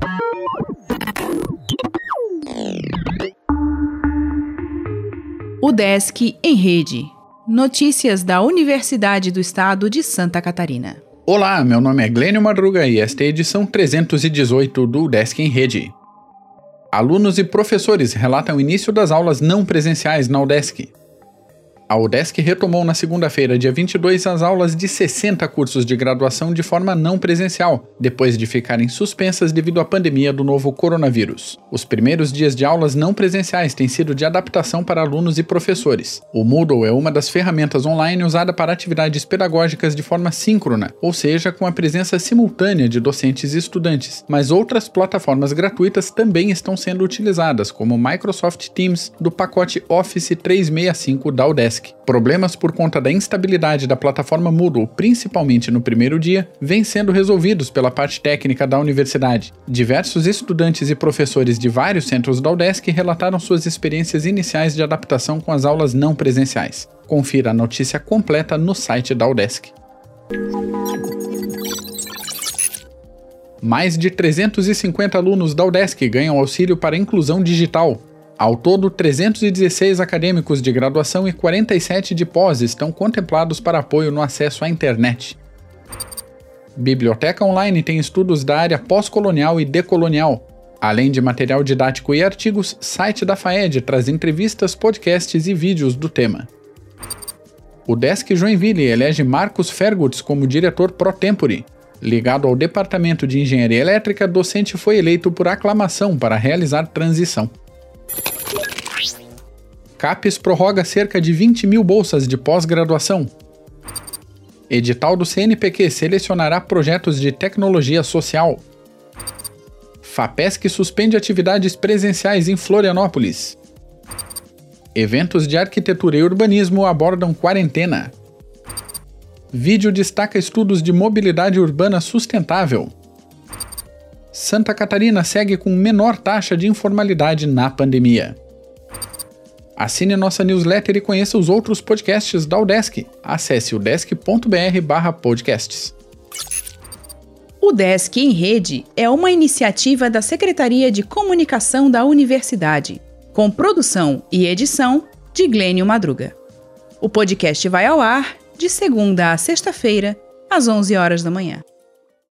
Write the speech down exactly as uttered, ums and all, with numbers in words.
UDESC em Rede. Notícias da Universidade do Estado de Santa Catarina. Olá, meu nome é Glênio Madruga e esta é a edição trezentos e dezoito do UDESC em Rede. Alunos e professores relatam o início das aulas não presenciais na UDESC. A UDESC retomou na segunda-feira, dia vinte e dois, as aulas de sessenta cursos de graduação de forma não presencial, depois de ficarem suspensas devido à pandemia do novo coronavírus. Os primeiros dias de aulas não presenciais têm sido de adaptação para alunos e professores. O Moodle é uma das ferramentas online usada para atividades pedagógicas de forma síncrona, ou seja, com a presença simultânea de docentes e estudantes, mas outras plataformas gratuitas também estão sendo utilizadas, como o Microsoft Teams do pacote Office trezentos e sessenta e cinco da UDESC. Problemas por conta da instabilidade da plataforma Moodle, principalmente no primeiro dia, vêm sendo resolvidos pela parte técnica da universidade. Diversos estudantes e professores de vários centros da UDESC relataram suas experiências iniciais de adaptação com as aulas não presenciais. Confira a notícia completa no site da UDESC. Mais de trezentos e cinquenta alunos da UDESC ganham auxílio para inclusão digital. Ao todo, trezentos e dezesseis acadêmicos de graduação e quarenta e sete de pós estão contemplados para apoio no acesso à internet. Biblioteca Online tem estudos da área pós-colonial e decolonial. Além de material didático e artigos, site da FAED traz entrevistas, podcasts e vídeos do tema. O UDESC Joinville elege Marcos Fergutz como diretor pro tempore. Ligado ao Departamento de Engenharia Elétrica, docente foi eleito por aclamação para realizar transição. CAPES prorroga cerca de vinte mil bolsas de pós-graduação. Edital do C N P Q selecionará projetos de tecnologia social. FAPESC suspende atividades presenciais em Florianópolis. Eventos de arquitetura e urbanismo abordam quarentena. Vídeo destaca estudos de mobilidade urbana sustentável. Santa Catarina segue com menor taxa de informalidade na pandemia. Assine nossa newsletter e conheça os outros podcasts da UDESC. Acesse udesc ponto br barra podcasts. UDESC em Rede é uma iniciativa da Secretaria de Comunicação da Universidade, com produção e edição de Glênio Madruga. O podcast vai ao ar de segunda a sexta-feira, às onze horas da manhã.